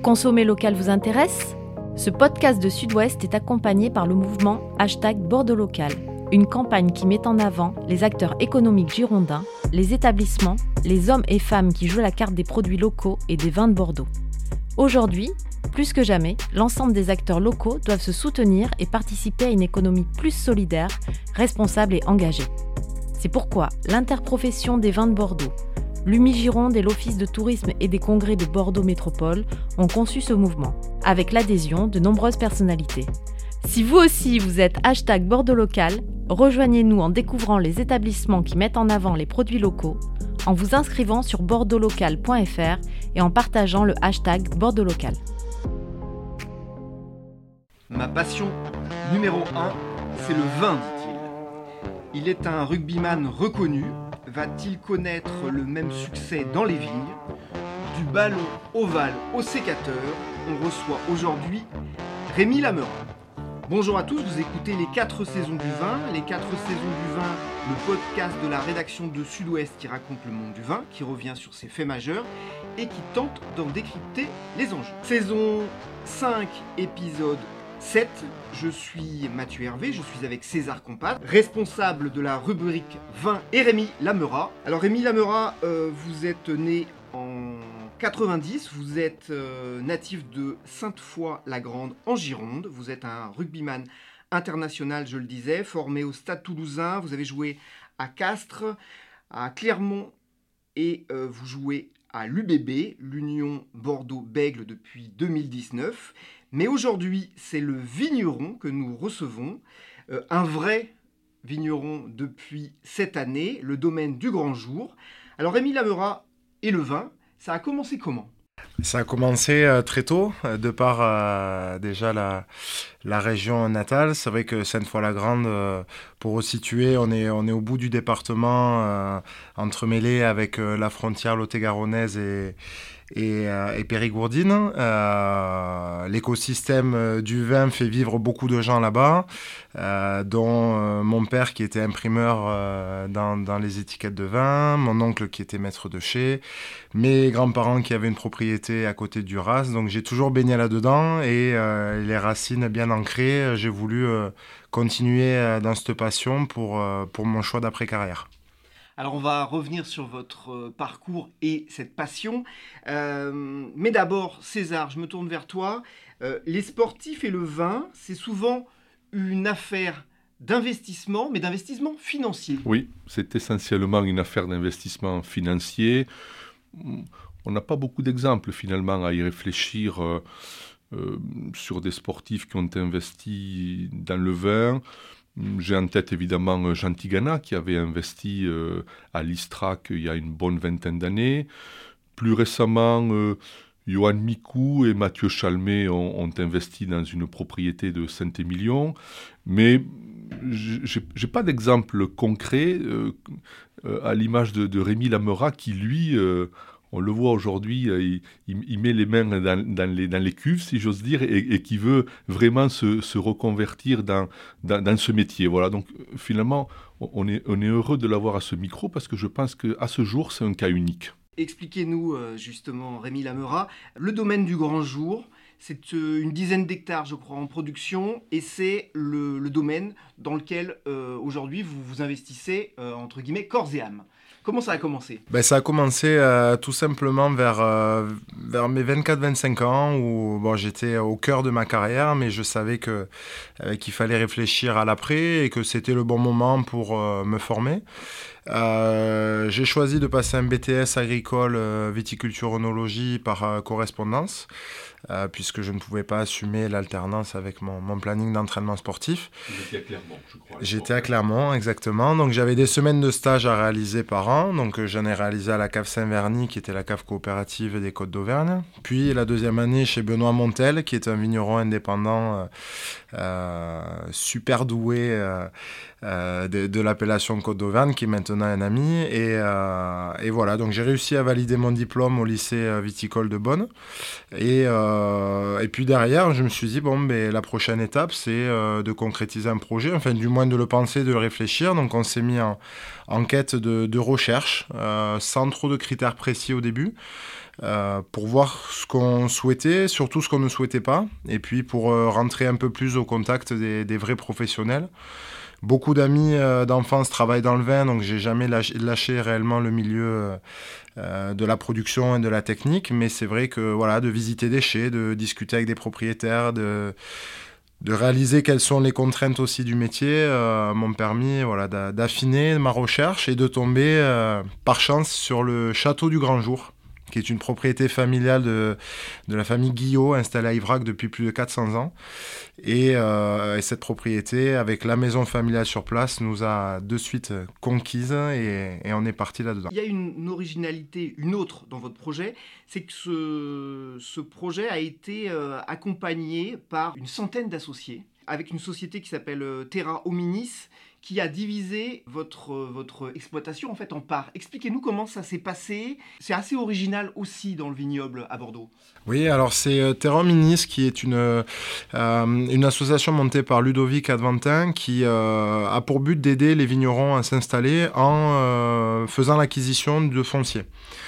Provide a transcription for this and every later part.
Consommer local vous intéresse ? Ce podcast de Sud-Ouest est accompagné par le mouvement #Bordeaux Local, une campagne qui met en avant les acteurs économiques girondins, les établissements, les hommes et femmes qui jouent la carte des produits locaux et des vins de Bordeaux. Aujourd'hui, plus que jamais, l'ensemble des acteurs locaux doivent se soutenir et participer à une économie plus solidaire, responsable et engagée. C'est pourquoi l'interprofession des vins de Bordeaux, l'UMI Gironde et l'Office de tourisme et des congrès de Bordeaux Métropole ont conçu ce mouvement, avec l'adhésion de nombreuses personnalités. Si vous aussi vous êtes #Bordeaux Local, rejoignez-nous en découvrant les établissements qui mettent en avant les produits locaux, en vous inscrivant sur bordeauxlocal.fr et en partageant le #Bordeaux Local. Ma passion numéro 1, c'est le vin, dit-il. Il est un rugbyman reconnu. Va-t-il connaître le même succès dans les vignes ? Du ballon ovale au sécateur, on reçoit aujourd'hui Rémi Lamerat. Bonjour à tous, vous écoutez les 4 saisons du vin. Les 4 saisons du vin, le podcast de la rédaction de Sud-Ouest qui raconte le monde du vin, qui revient sur ses faits majeurs et qui tente d'en décrypter les enjeux. Saison 5, épisode 7, je suis Mathieu Hervé, je suis avec César Compas, responsable de la rubrique vin, et Rémi Lamerat. Alors Rémi Lamerat, vous êtes né en 90, vous êtes natif de Sainte-Foy-la-Grande en Gironde, vous êtes un rugbyman international, je le disais, formé au Stade Toulousain, vous avez joué à Castres, à Clermont et vous jouez à l'UBB, l'Union Bordeaux-Bègles depuis 2019. Mais aujourd'hui, c'est le vigneron que nous recevons, un vrai vigneron depuis cette année, le domaine du Grand Jour. Alors Rémi Lamerat et le vin, ça a commencé comment ? Ça a commencé très tôt, de par déjà la région natale. C'est vrai que Sainte-Foy-la-Grande, pour resituer, on est au bout du département, entremêlé avec la frontière lot-et-garonnaise et périgourdine. L'écosystème du vin fait vivre beaucoup de gens là-bas, dont mon père qui était imprimeur dans les étiquettes de vin, mon oncle qui était maître de chai, mes grands-parents qui avaient une propriété à côté du Ras. Donc j'ai toujours baigné là-dedans et les racines bien ancrées, j'ai voulu continuer dans cette passion pour mon choix d'après-carrière. Alors on va revenir sur votre parcours et cette passion. Mais d'abord, César, je me tourne vers toi. Les sportifs et le vin, c'est souvent une affaire d'investissement, mais d'investissement financier. Oui, c'est essentiellement une affaire d'investissement financier. On n'a pas beaucoup d'exemples finalement à y réfléchir sur des sportifs qui ont investi dans le vin. J'ai en tête évidemment Jean Tigana qui avait investi à l'Istrac il y a une bonne vingtaine d'années. Plus récemment, Johan Micou et Mathieu Chalmé ont investi dans une propriété de Saint-Émilion. Mais je n'ai pas d'exemple concret à l'image de Rémi Lamerat qui, lui, on le voit aujourd'hui, il met les mains dans les cuves, si j'ose dire, et qui veut vraiment se reconvertir dans ce métier. Voilà, donc finalement, on est heureux de l'avoir à ce micro parce que je pense qu'à ce jour, c'est un cas unique. Expliquez-nous justement, Rémi Lamerat, le domaine du Grand Jour, c'est une dizaine d'hectares, je crois, en production, et c'est le domaine dans lequel aujourd'hui vous investissez, entre guillemets, corps et âme. Comment ça a commencé ? Ça a commencé tout simplement vers mes 24-25 ans où j'étais au cœur de ma carrière, mais je savais qu'il fallait réfléchir à l'après et que c'était le bon moment pour me former. J'ai choisi de passer un BTS agricole viticulture-œnologie par correspondance. Puisque je ne pouvais pas assumer l'alternance avec mon planning d'entraînement sportif. Vous étiez à Clermont, je crois. J'étais à Clermont, exactement. Donc j'avais des semaines de stage à réaliser par an. Donc j'en ai réalisé à la cave Saint-Verny, qui était la cave coopérative des Côtes d'Auvergne. Puis la deuxième année chez Benoît Montel, qui est un vigneron indépendant super doué de l'appellation Côte d'Auvergne, qui est maintenant un ami. Et voilà, donc j'ai réussi à valider mon diplôme au lycée viticole de Beaune. Et puis derrière, je me suis dit, la prochaine étape, c'est de concrétiser un projet, enfin du moins de le penser, de le réfléchir. Donc on s'est mis en quête de recherche, sans trop de critères précis au début. pour voir ce qu'on souhaitait, surtout ce qu'on ne souhaitait pas, et puis pour rentrer un peu plus au contact des vrais professionnels. Beaucoup d'amis d'enfance travaillent dans le vin, donc j'ai jamais lâché réellement le milieu de la production et de la technique, mais c'est vrai que voilà, de visiter des chais, de discuter avec des propriétaires, de réaliser quelles sont les contraintes aussi du métier m'ont permis voilà, d'affiner ma recherche et de tomber par chance sur le château du Grand Jour, qui est une propriété familiale de la famille Guillot, installée à Yvrac depuis plus de 400 ans. Et cette propriété, avec la maison familiale sur place, nous a de suite conquise et on est parti là-dedans. Il y a une originalité, une autre dans votre projet, c'est que ce projet a été accompagné par une centaine d'associés, avec une société qui s'appelle Terra Hominis, qui a divisé votre exploitation en fait en parts. Expliquez-nous comment ça s'est passé. C'est assez original aussi dans le vignoble à Bordeaux. Oui, alors c'est Terra Hominis qui est une association montée par Ludovic Adventin qui a pour but d'aider les vignerons à s'installer en faisant l'acquisition de foncier.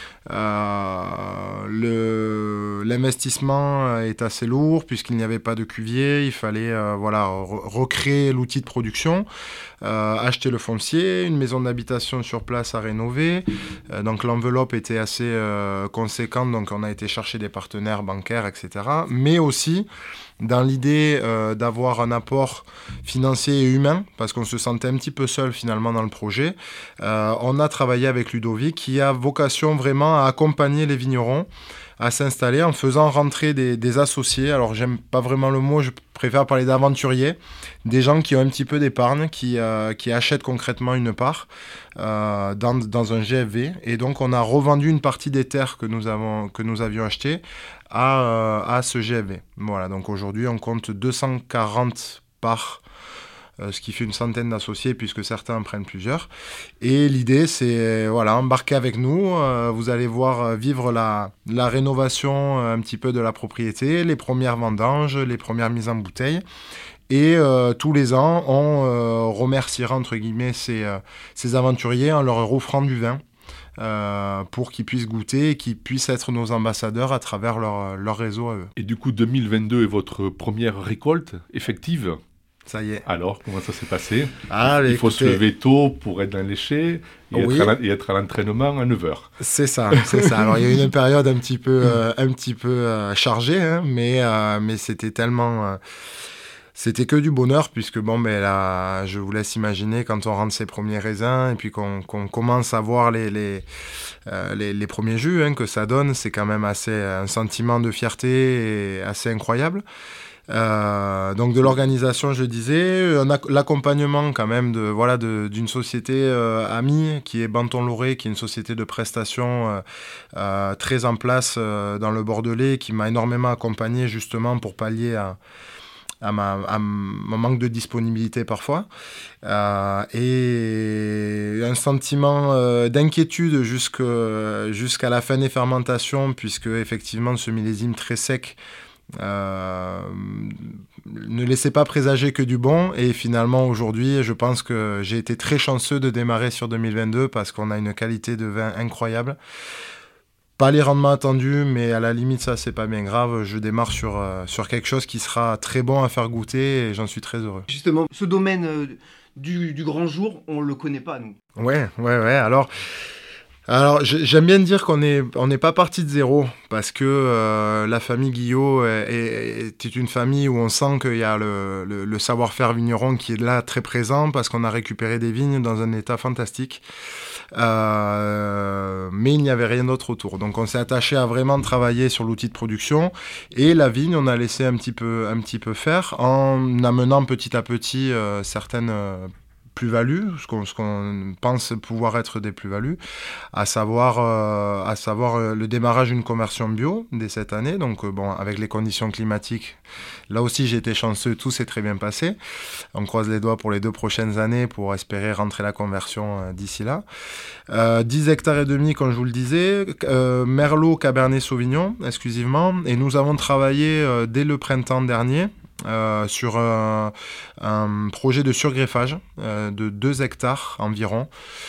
L'investissement est assez lourd puisqu'il n'y avait pas de cuvier, il fallait recréer l'outil de production, acheter le foncier, une maison d'habitation sur place à rénover, donc l'enveloppe était assez conséquente, donc on a été chercher des partenaires bancaires, etc. Mais aussi dans l'idée d'avoir un apport financier et humain, parce qu'on se sentait un petit peu seul finalement dans le projet, on a travaillé avec Ludovic qui a vocation vraiment à accompagner les vignerons à s'installer en faisant rentrer des associés. Alors j'aime pas vraiment le mot, je préfère parler d'aventuriers, des gens qui ont un petit peu d'épargne, qui achètent concrètement une part dans un GFV. Et donc on a revendu une partie des terres que nous avions achetées à ce GFV. Voilà, donc aujourd'hui on compte 240 parts, ce qui fait une centaine d'associés puisque certains en prennent plusieurs. Et l'idée c'est embarquer avec nous, vous allez voir vivre la rénovation un petit peu de la propriété, les premières vendanges, les premières mises en bouteille. Et tous les ans on remerciera entre guillemets ces aventuriers en leur offrant du vin. Pour qu'ils puissent goûter et qu'ils puissent être nos ambassadeurs à travers leur réseau à eux. Et du coup, 2022 est votre première récolte effective ? Ça y est. Alors, comment ça s'est passé ? Il faut se lever tôt pour être dans les chais et être à l'entraînement à 9h. C'est ça. Alors, il y a eu une période un petit peu chargée, hein, mais c'était tellement... C'était que du bonheur, puisque là, je vous laisse imaginer quand on rentre ses premiers raisins et puis qu'on commence à voir les premiers jus que ça donne, c'est quand même un sentiment de fierté assez incroyable. Donc de l'organisation, je disais, l'accompagnement quand même d'une société amie qui est Banton Loré, qui est une société de prestations très en place dans le Bordelais, qui m'a énormément accompagné justement pour pallier à mon manque de disponibilité parfois, et un sentiment d'inquiétude jusqu'à la fin des fermentations, puisque effectivement ce millésime très sec ne laissait pas présager que du bon, et finalement aujourd'hui je pense que j'ai été très chanceux de démarrer sur 2022 parce qu'on a une qualité de vin incroyable. Pas les rendements attendus, mais à la limite, ça, c'est pas bien grave. Je démarre sur quelque chose qui sera très bon à faire goûter et j'en suis très heureux. Justement, ce domaine du Grand Jour, on le connaît pas, nous. Ouais. Alors j'aime bien dire qu'on n'est pas parti de zéro, parce que la famille Guillot est une famille où on sent qu'il y a le savoir-faire vigneron qui est là très présent, parce qu'on a récupéré des vignes dans un état fantastique. Mais il n'y avait rien d'autre autour. Donc on s'est attaché à vraiment travailler sur l'outil de production, et la vigne on a laissé un petit peu faire, en amenant petit à petit certaines plus-values, ce qu'on pense pouvoir être des plus-values, à savoir le démarrage d'une conversion bio dès cette année. Donc avec les conditions climatiques, là aussi j'ai été chanceux, tout s'est très bien passé. On croise les doigts pour les 2 prochaines années pour espérer rentrer la conversion d'ici là. 10 hectares et demi, comme je vous le disais, Merlot, Cabernet Sauvignon exclusivement, et nous avons travaillé dès le printemps dernier sur un projet de surgreffage de 2 hectares environ,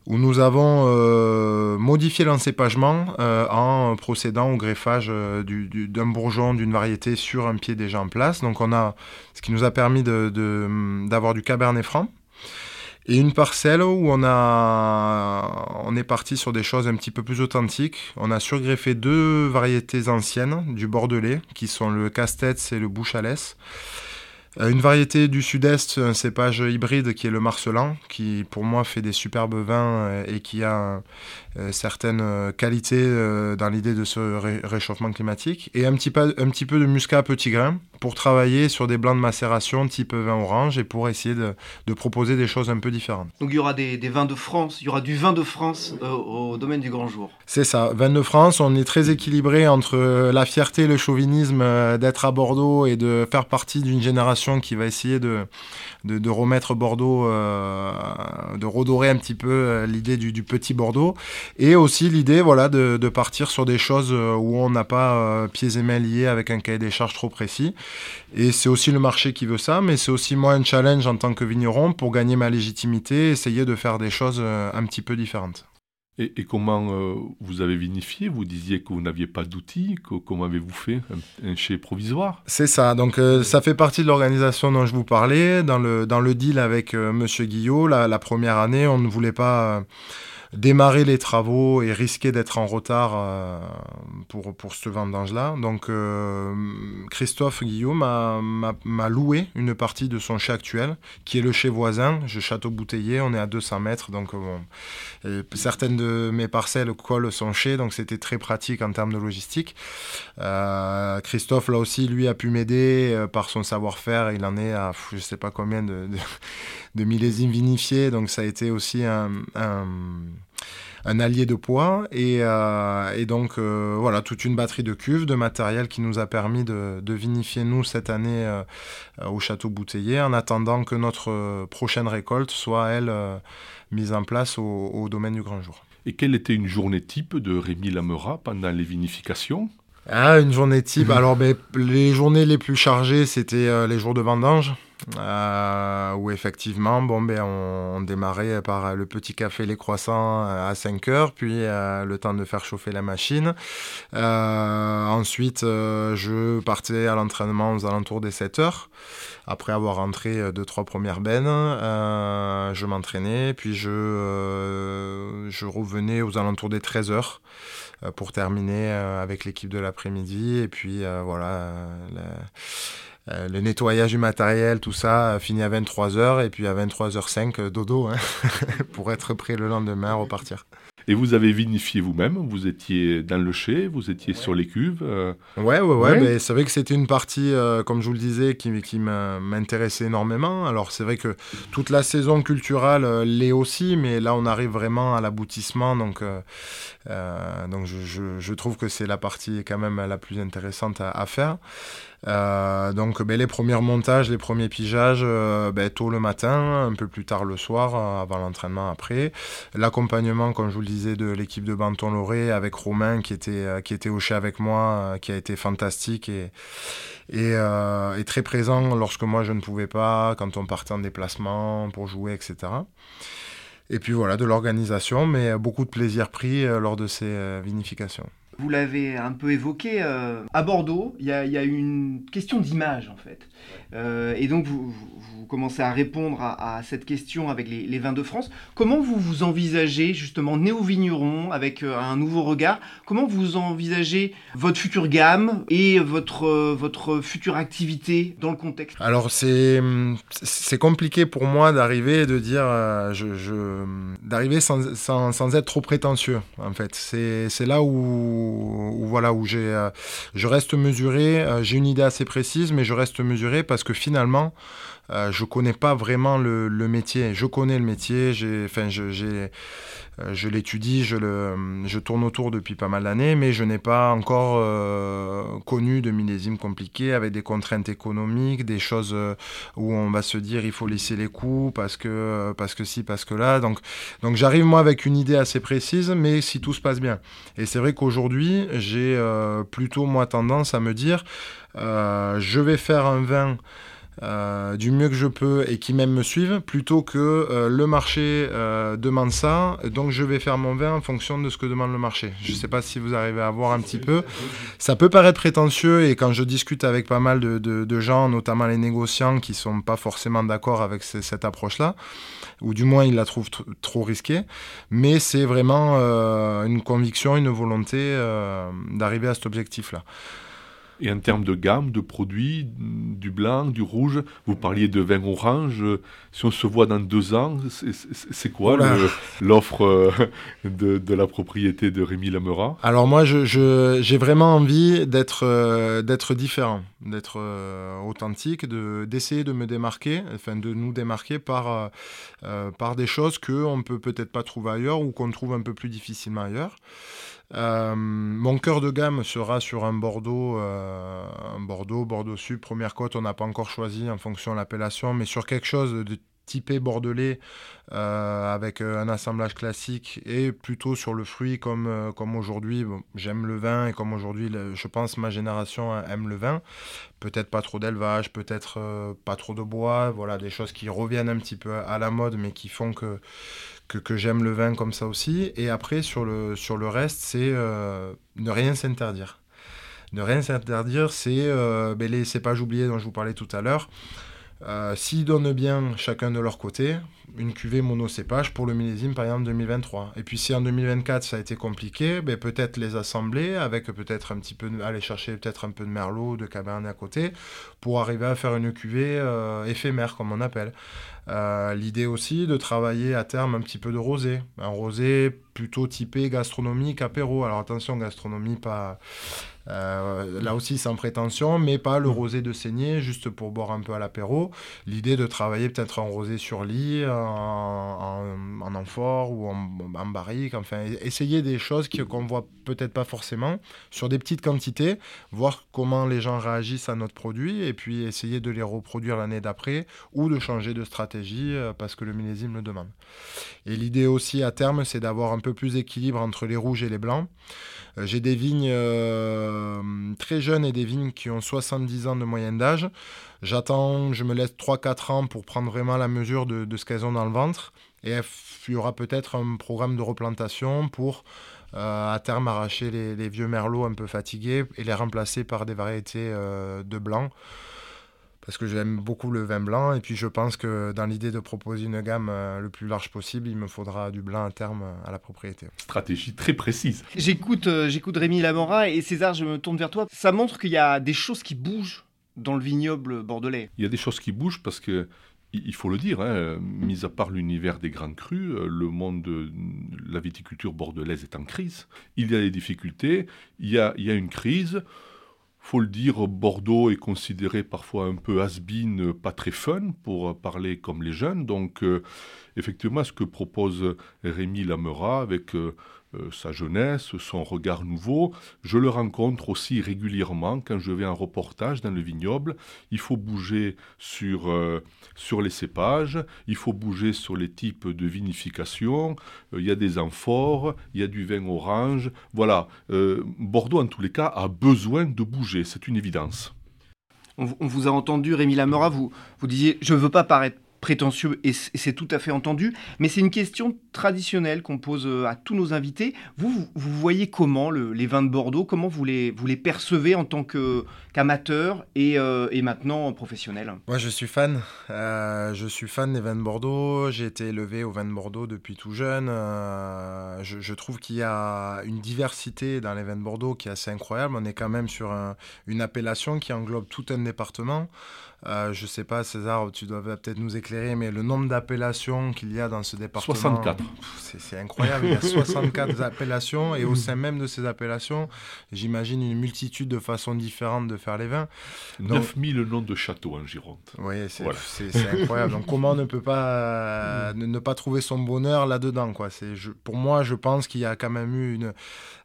où nous avons modifié l'encépagement en procédant au greffage d'un bourgeon d'une variété sur un pied déjà en place. Donc ce qui nous a permis d'avoir du Cabernet Franc. Et une parcelle où on est parti sur des choses un petit peu plus authentiques. On a surgreffé 2 variétés anciennes du Bordelais, qui sont le Castex et le Bouchalès. Une variété du sud-est, un cépage hybride qui est le Marcelin, qui pour moi fait des superbes vins et qui a certaines qualités dans l'idée de ce réchauffement climatique. Et un petit peu de muscat à petit grain pour travailler sur des blancs de macération type vin orange et pour essayer de proposer des choses un peu différentes. Donc il y aura des vins de France, il y aura du vin de France au domaine du Grand Jour. C'est ça, vin de France, on est très équilibré entre la fierté et le chauvinisme d'être à Bordeaux et de faire partie d'une génération qui va essayer de remettre Bordeaux, de redorer un petit peu l'idée du petit Bordeaux, et aussi l'idée de partir sur des choses où on n'a pas pieds et mains liés avec un cahier des charges trop précis. Et c'est aussi le marché qui veut ça, mais c'est aussi moi un challenge en tant que vigneron pour gagner ma légitimité, essayer de faire des choses un petit peu différentes. Et comment vous avez vinifié ? Vous disiez que vous n'aviez pas d'outils. Comment avez-vous fait un chai provisoire ? C'est ça. Donc ça fait partie de l'organisation dont je vous parlais. Dans le deal avec Monsieur Guillot, la première année, on ne voulait pas démarrer les travaux et risquer d'être en retard pour ce vendange-là. Donc Christophe Guillot m'a loué une partie de son chai actuel, qui est le chai voisin, Château-Bouteiller. On est à 200 mètres, donc certaines de mes parcelles collent son chai, donc c'était très pratique en termes de logistique. Christophe, là aussi, lui, a pu m'aider par son savoir-faire. Il en est à je ne sais pas combien de millésimes vinifiés, donc ça a été aussi un allié de poids et donc voilà, toute une batterie de cuves, de matériel qui nous a permis de vinifier nous cette année au Château Bouteiller, en attendant que notre prochaine récolte soit elle mise en place au domaine du Grand Jour. Et quelle était une journée type de Rémi Lamerat pendant les vinifications ? Une journée type. Alors les journées les plus chargées, c'était les jours de vendange. Où effectivement on démarrait par le petit café, les croissants à 5h, puis le temps de faire chauffer la machine. Ensuite je partais à l'entraînement aux alentours des 7h. Après avoir rentré 2-3 premières bennes, je m'entraînais, puis je revenais aux alentours des 13h pour terminer avec l'équipe de l'après-midi. Et puis le nettoyage du matériel, tout ça, finit à 23h, et puis à 23h05, dodo, pour être prêt le lendemain à repartir. Et vous avez vinifié vous-même ? Vous étiez dans le chai ? Vous étiez sur les cuves ? Ouais. Mais c'est vrai que c'était une partie, comme je vous le disais, qui m'intéressait énormément. Alors c'est vrai que toute la saison culturelle l'est aussi, mais là on arrive vraiment à l'aboutissement, donc je trouve que c'est la partie quand même la plus intéressante à faire. Donc les premiers montages, les premiers pigeages tôt le matin, un peu plus tard le soir, avant l'entraînement, après. L'accompagnement, comme je vous le disais, de l'équipe de Banton-Loré avec Romain qui était au chai avec moi, qui a été fantastique et très présent lorsque moi je ne pouvais pas, quand on partait en déplacement pour jouer, etc. Et puis voilà, de l'organisation, mais beaucoup de plaisir pris lors de ces vinifications. Vous l'avez un peu évoqué, à Bordeaux, il y a une question d'image en fait. Et donc vous commencez à répondre à cette question avec les vins de France. Comment vous vous envisagez justement néo-vigneron avec un nouveau regard ? Comment vous envisagez votre future gamme et votre future activité dans le contexte ? Alors c'est compliqué pour moi d'arriver et de dire d'arriver sans être trop prétentieux en fait. C'est là où je reste mesuré, j'ai une idée assez précise, mais je reste mesuré parce que finalement, je connais pas vraiment le métier. Je connais le métier, je l'étudie, je tourne autour depuis pas mal d'années, mais je n'ai pas encore connu de millésime compliqué avec des contraintes économiques, des choses où on va se dire il faut laisser les coups parce que ci, parce que là. Donc j'arrive moi avec une idée assez précise, mais si tout se passe bien. Et c'est vrai qu'aujourd'hui, j'ai plutôt moi tendance à me dire je vais faire un vin du mieux que je peux et qui même me suivent, plutôt que le marché demande ça, donc je vais faire mon vin en fonction de ce que demande le marché. Je ne sais pas si vous arrivez à voir un petit peu. Ça peut paraître prétentieux, et quand je discute avec pas mal de gens, notamment les négociants, qui ne sont pas forcément d'accord avec cette approche-là, ou du moins ils la trouvent trop risquée, mais c'est vraiment une conviction, une volonté d'arriver à cet objectif-là. Et en termes de gamme, de produits, du blanc, du rouge, vous parliez de vin orange. Si on se voit dans 2 ans, c'est quoi l'offre de la propriété de Rémy Lamerat ? Alors moi, j'ai vraiment envie d'être différent, d'être authentique, d'essayer de me démarquer, enfin de nous démarquer par des choses qu'on ne peut peut-être pas trouver ailleurs ou qu'on trouve un peu plus difficilement ailleurs. Mon cœur de gamme sera sur un Bordeaux Sud, première côte. On n'a pas encore choisi en fonction de l'appellation, mais sur quelque chose de typé bordelais, avec un assemblage classique et plutôt sur le fruit comme aujourd'hui. Bon, j'aime le vin, et comme aujourd'hui, je pense ma génération aime le vin. Peut-être pas trop d'élevage, peut-être pas trop de bois, voilà, des choses qui reviennent un petit peu à la mode, mais qui font que j'aime le vin comme ça aussi. Et après, sur le reste, c'est ne rien s'interdire. Ne rien s'interdire, c'est les cépages oubliés dont je vous parlais tout à l'heure. S'ils donnent bien chacun de leur côté, une cuvée monocépage pour le millésime par exemple 2023. Et puis si en 2024 ça a été compliqué, peut-être les assembler avec peut-être un petit peu, aller chercher peut-être un peu de merlot, de cabernet à côté, pour arriver à faire une cuvée éphémère comme on appelle. L'idée aussi de travailler à terme un petit peu de rosé. Un rosé plutôt typé gastronomique, apéro. Alors attention, gastronomie pas... là aussi sans prétention, mais pas le rosé de saignée, juste pour boire un peu à l'apéro. L'idée de travailler peut-être en rosé sur lit, en amphore ou en barrique, enfin essayer des choses qu'on voit peut-être pas forcément, sur des petites quantités, voir comment les gens réagissent à notre produit, et puis essayer de les reproduire l'année d'après, ou de changer de stratégie parce que le millésime le demande. Et l'idée aussi à terme, c'est d'avoir un peu plus d'équilibre entre les rouges et les blancs. J'ai des vignes très jeunes et des vignes qui ont 70 ans de moyenne d'âge. Je me laisse 3-4 ans pour prendre vraiment la mesure de ce qu'elles ont dans le ventre. Et il y aura peut-être un programme de replantation pour à terme arracher les vieux merlots un peu fatigués et les remplacer par des variétés de blanc. Parce que j'aime beaucoup le vin blanc, et puis je pense que dans l'idée de proposer une gamme le plus large possible, il me faudra du blanc à terme à la propriété. Stratégie très précise. J'écoute Rémy Lamerat, et César, je me tourne vers toi. Ça montre qu'il y a des choses qui bougent dans le vignoble bordelais. Il y a des choses qui bougent parce que, il faut le dire, mis à part l'univers des grands crus, le monde de la viticulture bordelaise est en crise. Il y a des difficultés, il y a une crise. Faut le dire, Bordeaux est considéré parfois un peu has-been, pas très fun, pour parler comme les jeunes. Donc, effectivement, ce que propose Rémy Lamerat avec sa jeunesse, son regard nouveau, je le rencontre aussi régulièrement quand je vais en reportage dans le vignoble. Il faut bouger sur les cépages, il faut bouger sur les types de vinification, il y a des amphores, il y a du vin orange. Voilà, Bordeaux en tous les cas a besoin de bouger, c'est une évidence. On vous a entendu, Rémy Lamerat, vous disiez « je ne veux pas paraître prétentieux », et c'est tout à fait entendu, mais c'est une question traditionnelle qu'on pose à tous nos invités. Vous voyez comment les vins de Bordeaux, comment vous les percevez en tant qu'amateur et maintenant professionnel ? Moi, je suis fan. Je suis fan des vins de Bordeaux. J'ai été élevé aux vins de Bordeaux depuis tout jeune. Je trouve qu'il y a une diversité dans les vins de Bordeaux qui est assez incroyable. On est quand même sur une appellation qui englobe tout un département. Je ne sais pas, César, tu dois peut-être nous éclairer, mais le nombre d'appellations qu'il y a dans ce département... 64. C'est incroyable, il y a 64 appellations, et au sein même de ces appellations, j'imagine une multitude de façons différentes de faire les vins. 9000 noms de châteaux en Gironde. Oui, c'est incroyable. Donc comment on ne peut pas ne pas trouver son bonheur là-dedans, quoi. Pour moi, je pense qu'il y a quand même eu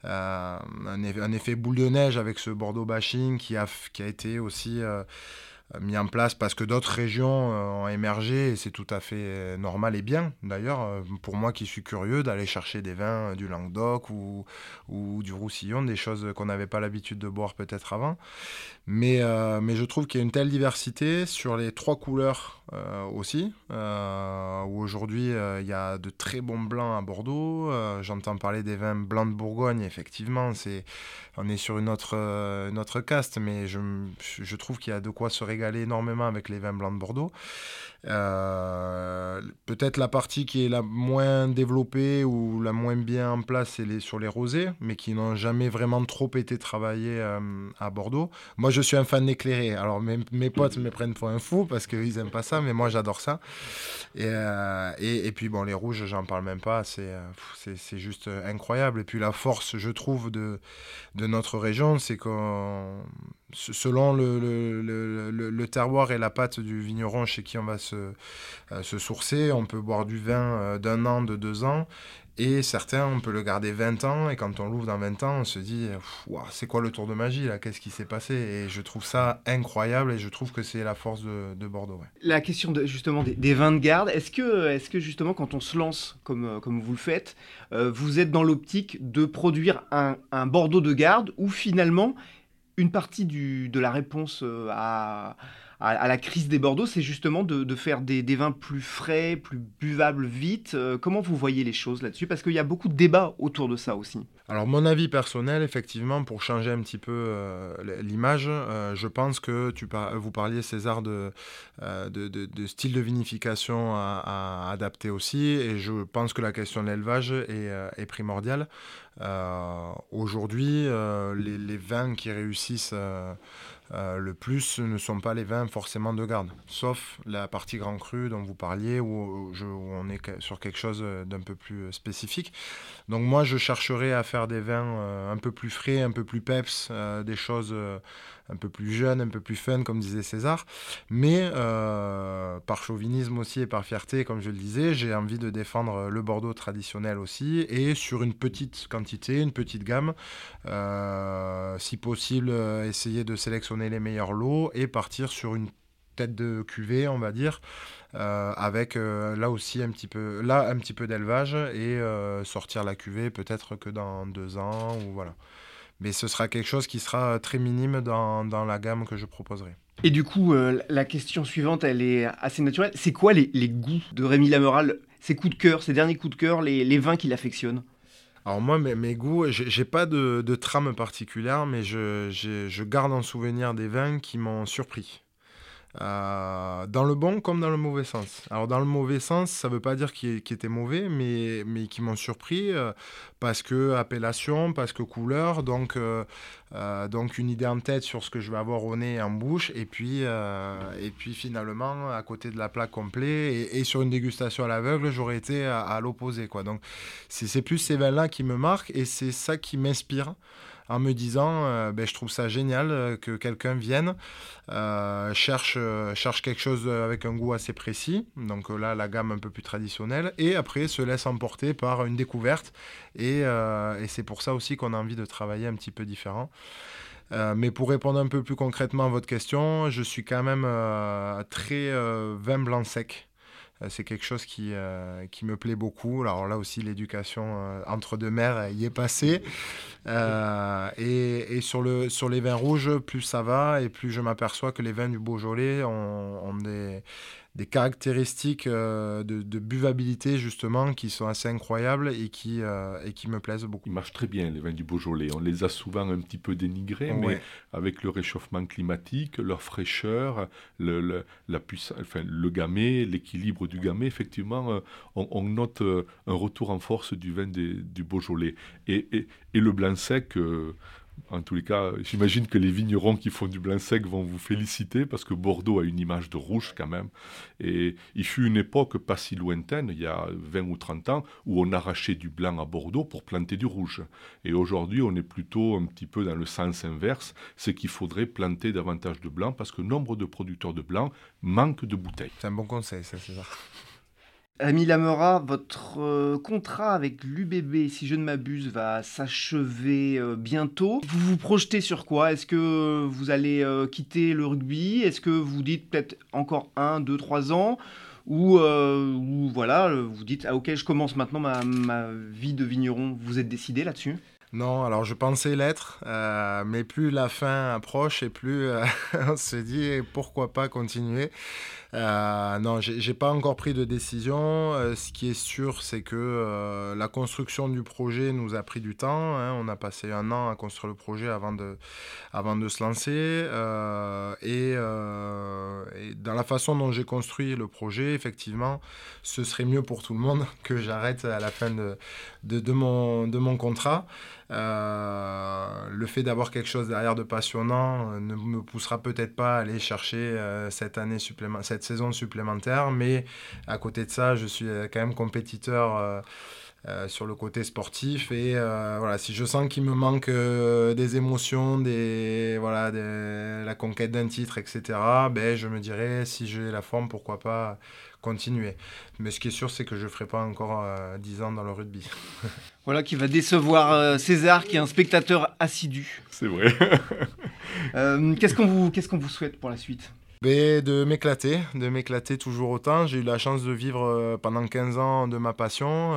un effet boule de neige avec ce Bordeaux bashing qui a été aussi... mis en place parce que d'autres régions ont émergé et c'est tout à fait normal et bien d'ailleurs pour moi qui suis curieux d'aller chercher des vins du Languedoc ou du Roussillon, des choses qu'on n'avait pas l'habitude de boire peut-être avant. Mais je trouve qu'il y a une telle diversité sur les 3 couleurs aussi, où aujourd'hui il y a de très bons blancs à Bordeaux. J'entends parler des vins blancs de Bourgogne, effectivement, on est sur une autre caste, mais je trouve qu'il y a de quoi se régaler énormément avec les vins blancs de Bordeaux. Peut-être la partie qui est la moins développée ou la moins bien en place, c'est sur les rosés, mais qui n'ont jamais vraiment trop été travaillés à Bordeaux. Moi, je suis un fan éclairé. Alors, mes potes me prennent pour un fou parce qu'ils n'aiment pas ça, mais moi, j'adore ça. Et puis, bon, les rouges, j'en parle même pas. C'est juste incroyable. Et puis, la force, je trouve, de notre région, c'est qu'on... Selon le terroir et la pâte du vigneron chez qui on va se sourcer, on peut boire du vin d'1 an, de 2 ans, et certains, on peut le garder 20 ans, et quand on l'ouvre dans 20 ans, on se dit wow, c'est quoi le tour de magie là, qu'est-ce qui s'est passé? Et je trouve ça incroyable, et je trouve que c'est la force de Bordeaux. Ouais. La question justement des vins de garde, est-ce que justement quand on se lance comme vous le faites, vous êtes dans l'optique de produire un Bordeaux de garde, ou finalement une partie de la réponse à la crise des Bordeaux, c'est justement de faire des vins plus frais, plus buvables vite. Comment vous voyez les choses là-dessus? Parce qu'il y a beaucoup de débats autour de ça aussi. Alors mon avis personnel, effectivement, pour changer un petit peu l'image, je pense que vous parliez, César, de style de vinification à adapter aussi, et je pense que la question de l'élevage est primordiale. Aujourd'hui, les vins qui réussissent le plus ne sont pas les vins forcément de garde, sauf la partie grand cru dont vous parliez, où on est sur quelque chose d'un peu plus spécifique. Donc moi, je chercherais à faire des vins un peu plus frais, un peu plus peps, des choses un peu plus jeunes, un peu plus fun, comme disait César. Mais par chauvinisme aussi et par fierté, comme je le disais, j'ai envie de défendre le Bordeaux traditionnel aussi, et sur une petite quantité, une petite gamme. Si possible, essayer de sélectionner les meilleurs lots et partir sur une tête de cuvée, on va dire, avec là aussi un petit peu d'élevage, et sortir la cuvée peut-être que dans 2 ans, ou voilà. Mais ce sera quelque chose qui sera très minime dans la gamme que je proposerai. Et du coup, la question suivante, elle est assez naturelle. C'est quoi les goûts de Rémi Lameral, ses coups de cœur, ses derniers coups de cœur, les vins qu'il affectionne? Alors moi, mes goûts, j'ai pas de trame particulière, mais je garde en souvenir des vins qui m'ont surpris. Dans le bon comme dans le mauvais sens. Alors dans le mauvais sens, ça veut pas dire qu'ils étaient mauvais, mais qui m'ont surpris parce que appellation, parce que couleur, donc une idée en tête sur ce que je vais avoir au nez et en bouche, et puis finalement à côté de la plaque complet, et sur une dégustation à l'aveugle, j'aurais été à l'opposé, quoi. Donc c'est plus ces vins-là qui me marquent, et c'est ça qui m'inspire, en me disant je trouve ça génial que quelqu'un vienne, cherche quelque chose avec un goût assez précis, donc là la gamme un peu plus traditionnelle, et après se laisse emporter par une découverte, et c'est pour ça aussi qu'on a envie de travailler un petit peu différent. Mais pour répondre un peu plus concrètement à votre question, je suis quand même très vin blanc sec. C'est quelque chose qui me plaît beaucoup. Alors là aussi, l'éducation entre deux mers y est passée. Et sur les vins rouges, plus ça va, et plus je m'aperçois que les vins du Beaujolais ont des caractéristiques de buvabilité, justement, qui sont assez incroyables, et qui me plaisent beaucoup. Ils marchent très bien, les vins du Beaujolais. On les a souvent un petit peu dénigrés, mais avec le réchauffement climatique, leur fraîcheur, le gamay, l'équilibre du gamay, effectivement, on note un retour en force du vin du Beaujolais. Et le blanc sec... En tous les cas, j'imagine que les vignerons qui font du blanc sec vont vous féliciter, parce que Bordeaux a une image de rouge quand même. Et il fut une époque pas si lointaine, il y a 20 ou 30 ans, où on arrachait du blanc à Bordeaux pour planter du rouge. Et aujourd'hui, on est plutôt un petit peu dans le sens inverse, c'est qu'il faudrait planter davantage de blanc, parce que nombre de producteurs de blanc manquent de bouteilles. C'est un bon conseil, ça, c'est ça. Rémi Lamera, votre contrat avec l'UBB, si je ne m'abuse, va s'achever bientôt. Vous vous projetez sur quoi ? Est-ce que vous allez quitter le rugby ? Est-ce que vous dites peut-être encore 1, 2, 3 ans ? Ou voilà, vous dites « Ah ok, je commence maintenant ma vie de vigneron ». Vous êtes décidé là-dessus ? Non, alors je pensais l'être, mais plus la fin approche et plus on se dit pourquoi pas continuer. Non, j'ai pas encore pris de décision. Ce qui est sûr, c'est que la construction du projet nous a pris du temps. Hein. On a passé 1 an à construire le projet avant de se lancer. Et dans la façon dont j'ai construit le projet, effectivement, ce serait mieux pour tout le monde que j'arrête à la fin de mon contrat. Le fait d'avoir quelque chose derrière de passionnant ne me poussera peut-être pas à aller chercher cette saison supplémentaire, mais à côté de ça, je suis quand même compétiteur sur le côté sportif et voilà, si je sens qu'il me manque des émotions, la conquête d'un titre, etc., ben, je me dirais, si j'ai la forme, pourquoi pas continuer. Mais ce qui est sûr, c'est que je ne ferai pas encore 10 ans dans le rugby. Voilà qui va décevoir César, qui est un spectateur assidu. C'est vrai. Qu'est-ce qu'on vous souhaite pour la suite ? De m'éclater toujours autant. J'ai eu la chance de vivre pendant 15 ans de ma passion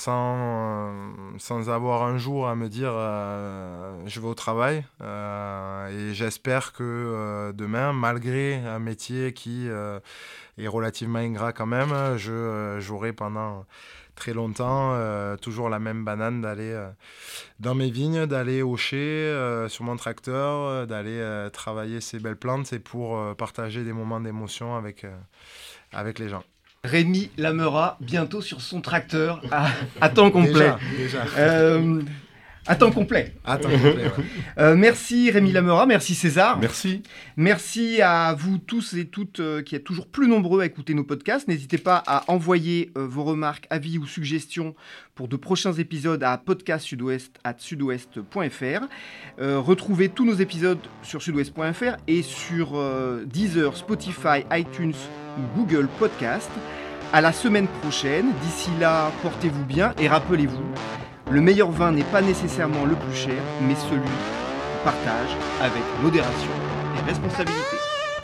sans avoir un jour à me dire je vais au travail. Et j'espère que demain, malgré un métier qui est relativement ingrat quand même, j'aurai pendant très longtemps toujours la même banane d'aller dans mes vignes, d'aller aucher sur mon tracteur, d'aller travailler ces belles plantes et pour partager des moments d'émotion avec les gens. Rémi Lamera, bientôt sur son tracteur à temps complet. Déjà. À temps complet. À temps complet, ouais. Merci Rémi Lamera, merci César. Merci. Merci à vous tous et toutes qui êtes toujours plus nombreux à écouter nos podcasts. N'hésitez pas à envoyer vos remarques, avis ou suggestions pour de prochains épisodes à podcastsudouest@sudouest.fr. Retrouvez tous nos épisodes sur sudouest.fr et sur Deezer, Spotify, iTunes ou Google Podcast. À la semaine prochaine. D'ici là, portez-vous bien et rappelez-vous, le meilleur vin n'est pas nécessairement le plus cher, mais celui qu'on partage avec modération et responsabilité.